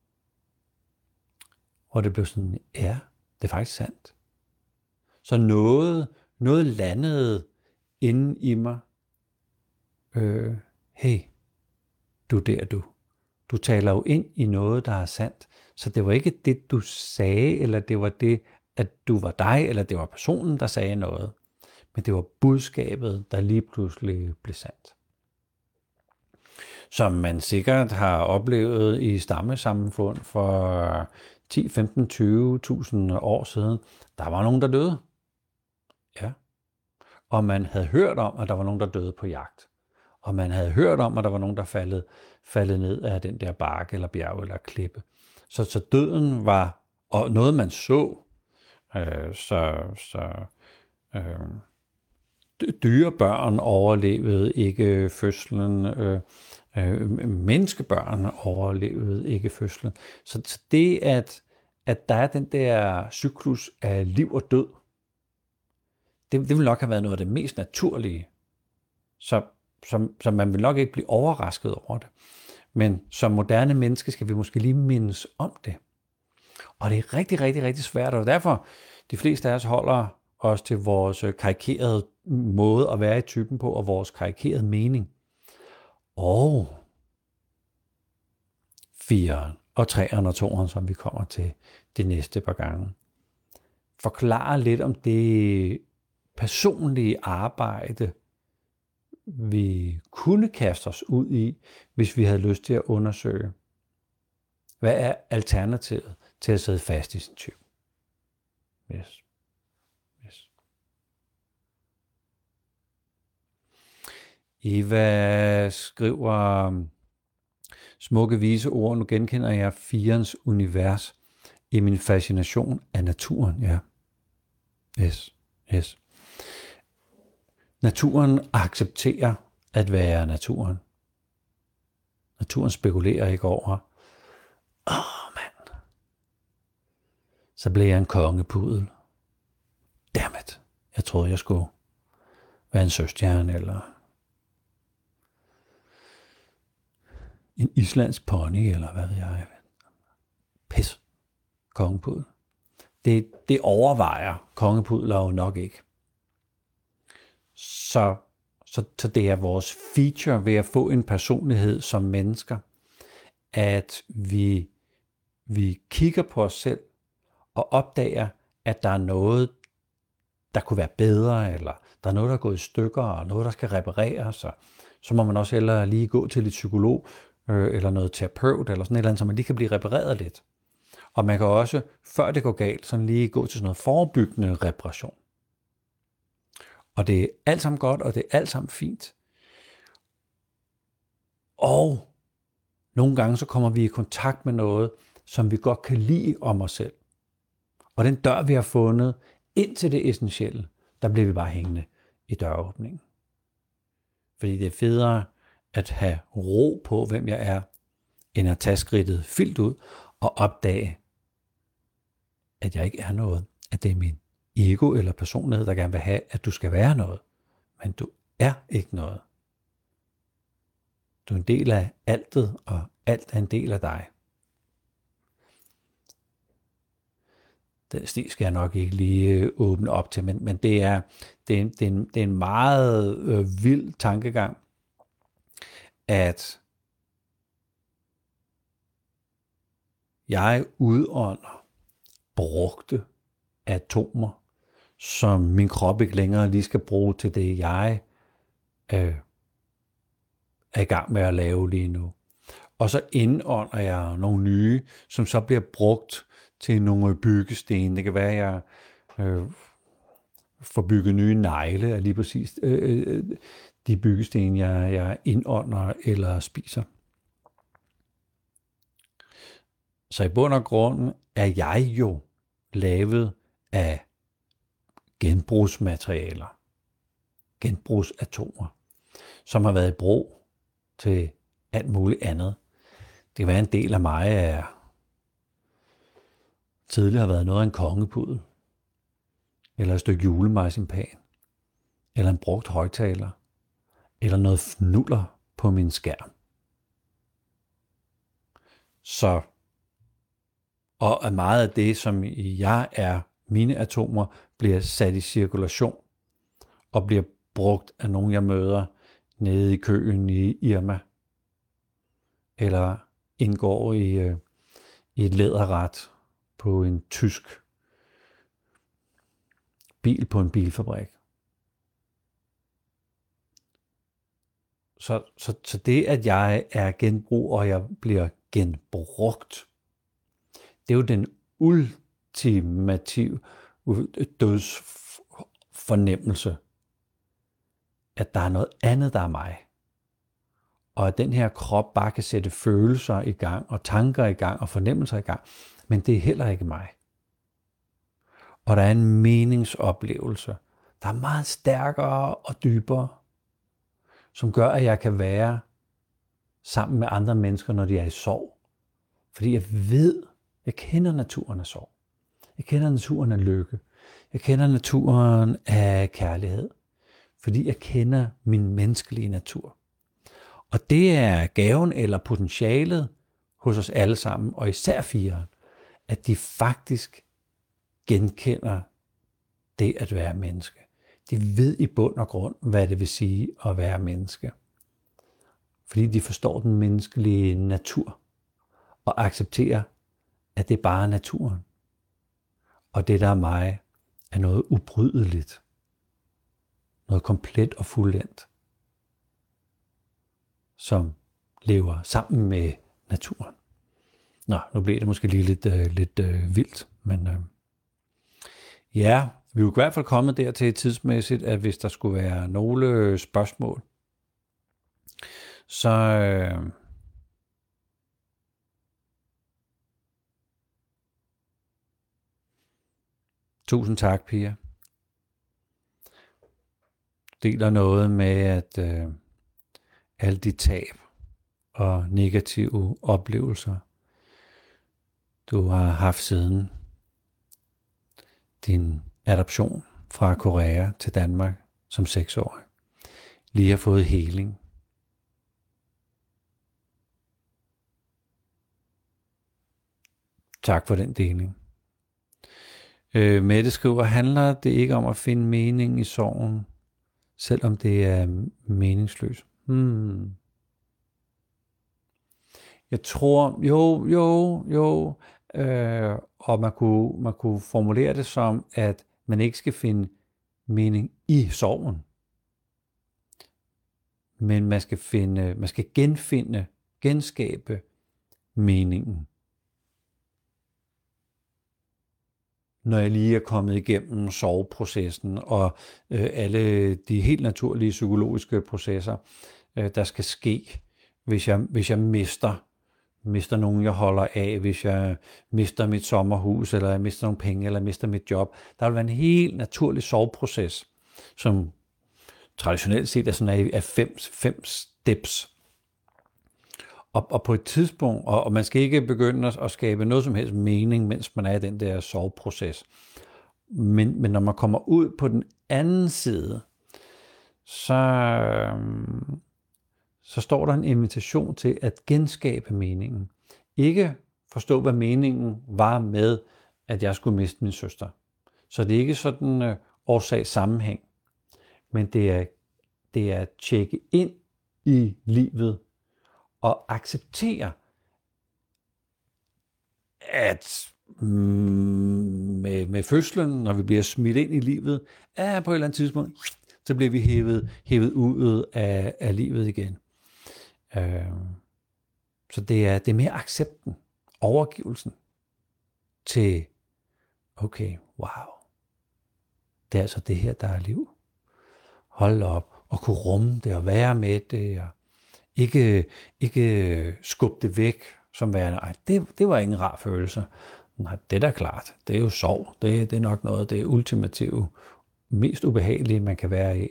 hvor det blev sådan, ja, det er faktisk sandt. Så noget, noget landede inde i mig. Øh, hey, du der du. Du taler jo ind i noget, der er sandt. Så det var ikke det, du sagde, eller det var det, at du var dig, eller det var personen, der sagde noget. Men det var budskabet, der lige pludselig blev sandt. Som man sikkert har oplevet i stammesamfund for ti, femten, tyve tusind år siden. Der var nogen, der døde. Ja. Og man havde hørt om, at der var nogen, der døde på jagt. Og man havde hørt om, at der var nogen, der faldet, faldet ned af den der bakke, eller bjerg, eller klippe. Så, så døden var og noget, man så. Øh, så så øh, dyrebørn overlevede ikke fødslen. Øh, øh, menneskebørn overlevede ikke fødslen. Så, så det, at, at der er den der cyklus af liv og død, det, det vil nok have været noget af det mest naturlige. Så, så, så man vil nok ikke blive overrasket over det. Men som moderne menneske skal vi måske lige mindes om det. Og det er rigtig, rigtig, rigtig svært. Og derfor de fleste af os holder os til vores karikerede måde at være i typen på, og vores karikerede mening. Og fireren og treeren og toeren, som vi kommer til de næste par gange. Forklare lidt om det personlige arbejde, vi kunne kaste os ud i, hvis vi havde lyst til at undersøge, hvad er alternativet til at sidde fast i sin type. Yes. Yes. Eva skriver, smukke vise ord, nu genkender jeg firens univers i min fascination af naturen. Ja. Yes. Yes. Naturen accepterer at være naturen. Naturen spekulerer ikke over, åh mand, så blev jeg en kongepudel. Dammit, jeg troede, jeg skulle være en søstjerne, eller en islandsk pony, eller hvad ved jeg. Pis. Kongepudel. Det, det overvejer kongepudler jo nok ikke. Så, så, så det er vores feature ved at få en personlighed som mennesker, at vi, vi kigger på os selv og opdager, at der er noget, der kunne være bedre, eller der er noget, der er gået i stykker, og noget, der skal repareres, og så må man også hellere lige gå til et psykolog, øh, eller noget terapeut, eller sådan et eller andet, så man lige kan blive repareret lidt. Og man kan også, før det går galt, sådan lige gå til sådan noget forebyggende reparation. Og det er alt sammen godt, og det er alt sammen fint. Og nogle gange så kommer vi i kontakt med noget, som vi godt kan lide om os selv. Og den dør, vi har fundet, ind til det essentielle, der bliver vi bare hængende i døråbningen. Fordi det er federe at have ro på, hvem jeg er, end at tage skridtet fyldt ud og opdage, at jeg ikke er noget. At det er min ego eller personlighed, der gerne vil have, at du skal være noget. Men du er ikke noget. Du er en del af altet, og alt er en del af dig. Den sti skal jeg nok ikke lige åbne op til, men, men det, er, det, er, det, er en, det er en meget øh, vild tankegang, at jeg udånder brugte atomer, som min krop ikke længere lige skal bruge til det, jeg øh, er i gang med at lave lige nu. Og så indånder jeg nogle nye, som så bliver brugt til nogle byggesten. Det kan være, at jeg øh, får bygget nye negle af lige præcis øh, øh, de byggesten, jeg, jeg indånder eller spiser. Så i bund og grund er jeg jo lavet af genbrugsmaterialer, genbrugsatomer, som har været i brug til alt muligt andet. Det kan være en del af mig er tidligere har været noget af en kongepudel, eller et stykke julemarcipan, eller en brugt højttaler, eller noget fnuller på min skærm. Så, og at meget af det, som jeg er, mine atomer, bliver sat i cirkulation, og bliver brugt af nogen, jeg møder nede i køen i Irma, eller indgår i, øh, i et læderret på en tysk bil på en bilfabrik. Så, så, så det, at jeg er genbrug, og jeg bliver genbrugt, det er jo den ultimative dødsfornemmelse, at der er noget andet, der er mig. Og at den her krop bare kan sætte følelser i gang, og tanker i gang, og fornemmelser i gang. Men det er heller ikke mig. Og der er en meningsoplevelse, der er meget stærkere og dybere, som gør, at jeg kan være sammen med andre mennesker, når de er i sorg. Fordi jeg ved, jeg kender naturen af sorg. Jeg kender naturen af lykke. Jeg kender naturen af kærlighed. Fordi jeg kender min menneskelige natur. Og det er gaven eller potentialet hos os alle sammen, og især fire, at de faktisk genkender det at være menneske. De ved i bund og grund, hvad det vil sige at være menneske. Fordi de forstår den menneskelige natur, og accepterer, at det er bare naturen. Og det, der er mig, er noget ubrydeligt. Noget komplet og fuldendt, som lever sammen med naturen. Nå, nu blev det måske lige lidt, øh, lidt øh, vildt, men øh, ja, vi er jo i hvert fald kommet dertil tidsmæssigt, at hvis der skulle være nogle spørgsmål, så øh, tusind tak, Pia. Deler noget med, at øh, alle de tab og negative oplevelser, du har haft siden din adoption fra Korea til Danmark som seksårig, lige har fået heling. Tak for den deling. Øh, Mette skriver, handler det ikke om at finde mening i sorgen, selvom det er meningsløst? Hmm. Jeg tror, jo, jo, jo, øh, og man kunne, man kunne formulere det som, at man ikke skal finde mening i sorgen, men man skal finde, man skal genfinde, genskabe meningen. Når jeg lige er kommet igennem soveprocessen og øh, alle de helt naturlige psykologiske processer, øh, der skal ske, hvis jeg, hvis jeg mister, mister nogen, jeg holder af, hvis jeg mister mit sommerhus, eller jeg mister nogle penge, eller jeg mister mit job. Der vil være en helt naturlig soveproces, som traditionelt set er sådan af fem, fem steps. Og, og på et tidspunkt, og, og man skal ikke begynde at, at skabe noget som helst mening, mens man er i den der soveproces. Men, men når man kommer ud på den anden side, så, så står der en invitation til at genskabe meningen. Ikke forstå, hvad meningen var med, at jeg skulle miste min søster. Så det er ikke sådan uh, årsag-sammenhæng, men det er, det er at tjekke ind i livet, og acceptere, at med, med fødslen, når vi bliver smidt ind i livet, er på et eller andet tidspunkt, så bliver vi hævet, hævet ud af, af livet igen. Øh, så det er, det er mere accepten, overgivelsen til, okay, wow, det er altså det her, der er liv. Hold op, og kunne rumme det, og være med det, og Ikke, ikke skubbe det væk, som værende, ej, det, det var ingen rar følelse. Nej, det er da klart. Det er jo sorg. Det, det er nok noget af det ultimative, mest ubehagelige, man kan være i.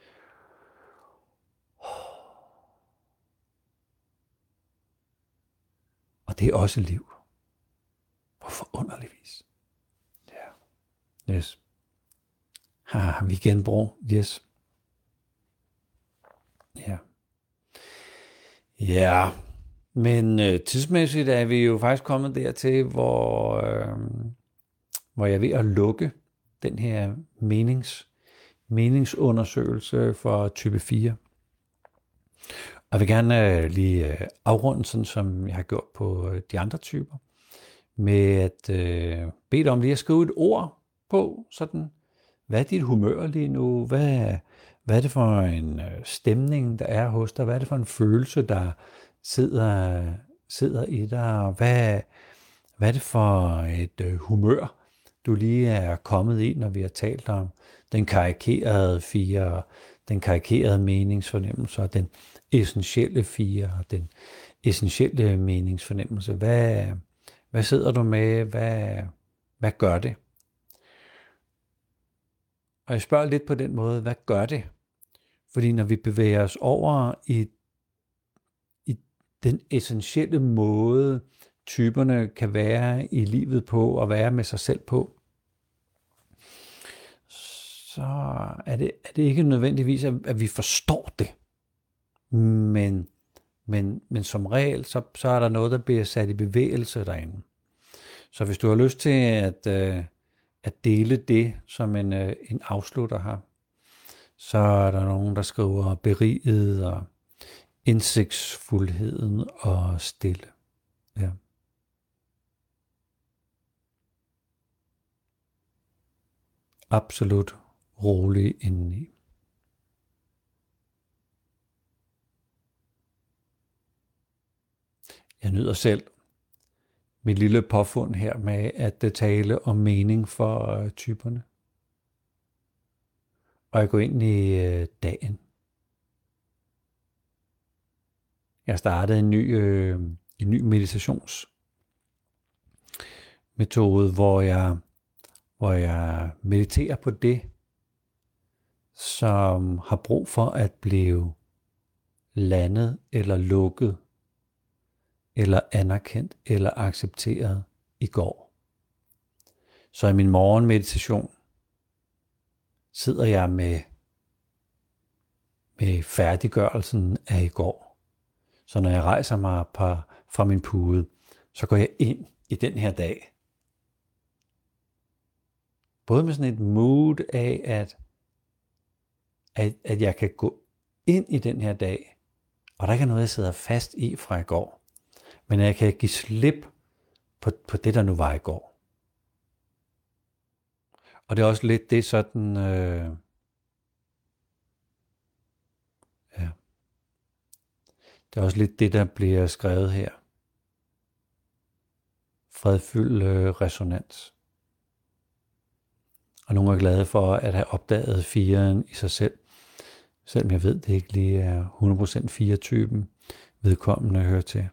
Og det er også liv. På forunderlig vis. Ja. Yes. Ha, vi genbrug. Yes. Ja. Ja, men øh, tidsmæssigt er vi jo faktisk kommet dertil, hvor, øh, hvor jeg er ved at lukke den her menings, meningsundersøgelse for type fire. Og jeg vil gerne øh, lige øh, afrunde, sådan som jeg har gjort på øh, de andre typer, med at øh, bede dig om lige at skrive et ord på, sådan, hvad er dit humør lige nu? Hvad, hvad er det for en øh, stemning, der er hos dig? Hvad er det for en følelse, der sidder, sidder i dig? Hvad, hvad er det for et øh, humør, du lige er kommet i, når vi har talt om den karikerede fire, den karikerede meningsfornemmelse, og den essentielle fire, og den essentielle meningsfornemmelse? Hvad, hvad sidder du med? Hvad, hvad gør det? Og jeg spørger lidt på den måde, hvad gør det? Fordi når vi bevæger os over i, i den essentielle måde, typerne kan være i livet på, og være med sig selv på, så er det, er det ikke nødvendigvis, at vi forstår det. Men, men, men som regel, så, så er der noget, der bliver sat i bevægelse derinde. Så hvis du har lyst til at, at dele det som en, en afslutter her, så er der nogen, der skriver beriget og indsigtsfuldheden og stille. Ja. Absolut rolig indeni. Jeg nyder selv mit lille påfund her med at tale om mening for typerne. Og jeg går ind i dagen. Jeg startede en ny, øh, en ny meditationsmetode, hvor jeg, hvor jeg mediterer på det, som har brug for at blive landet eller lukket, eller anerkendt eller accepteret i går. Så i min morgenmeditation sidder jeg med, med færdiggørelsen af i går. Så når jeg rejser mig fra min pude, så går jeg ind i den her dag. Både med sådan et mood af, at, at, at jeg kan gå ind i den her dag, og der ikke er noget, jeg sidder fast i fra i går. Men jeg kan give slip på, på det, der nu var i går. Og det er også lidt det sådan, øh, ja, det er også lidt det, der bliver skrevet her. Fredfyldt øh, resonans. Og nogle er glade for at have opdaget firen i sig selv, selvom jeg ved, det ikke lige er hundrede procent fire-typen vedkommende hører til.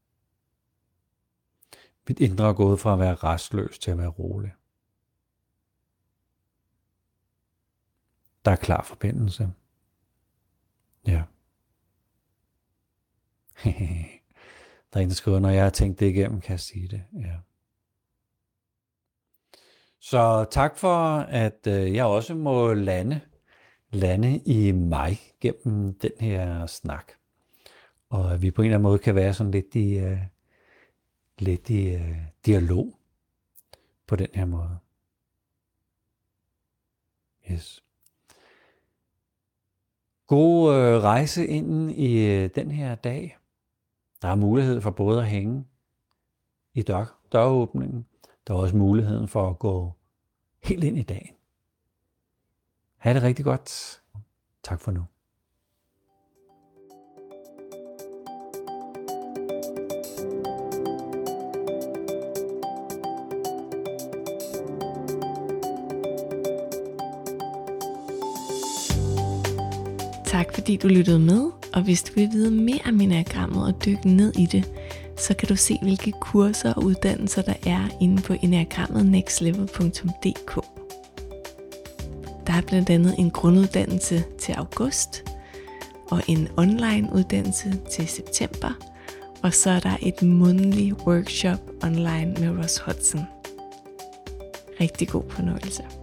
Mit indre er gået fra at være restløs til at være rolig. Der er klar forbindelse. Ja. Der er en, der skriver, når jeg har tænkt det igennem, kan jeg sige det. Ja. Så tak for, at jeg også må lande, lande i mig gennem den her snak. Og at vi på en eller anden måde kan være sådan lidt i, uh, lidt i uh, dialog på den her måde. Yes. God uh, rejse ind i uh, den her dag. Der er mulighed for både at hænge i dør, døråbningen. Der er også muligheden for at gå helt ind i dagen. Ha' det rigtig godt. Tak for nu.
Tak fordi du lyttede med, og hvis du vil vide mere om enneagrammet og dykke ned i det, så kan du se hvilke kurser og uddannelser der er inde på enneagrammet next level punktum d k. Der er blandt andet en grunduddannelse til august, og en online uddannelse til september, og så er der et månedligt workshop online med Ross Hudson. Rigtig god fornøjelse.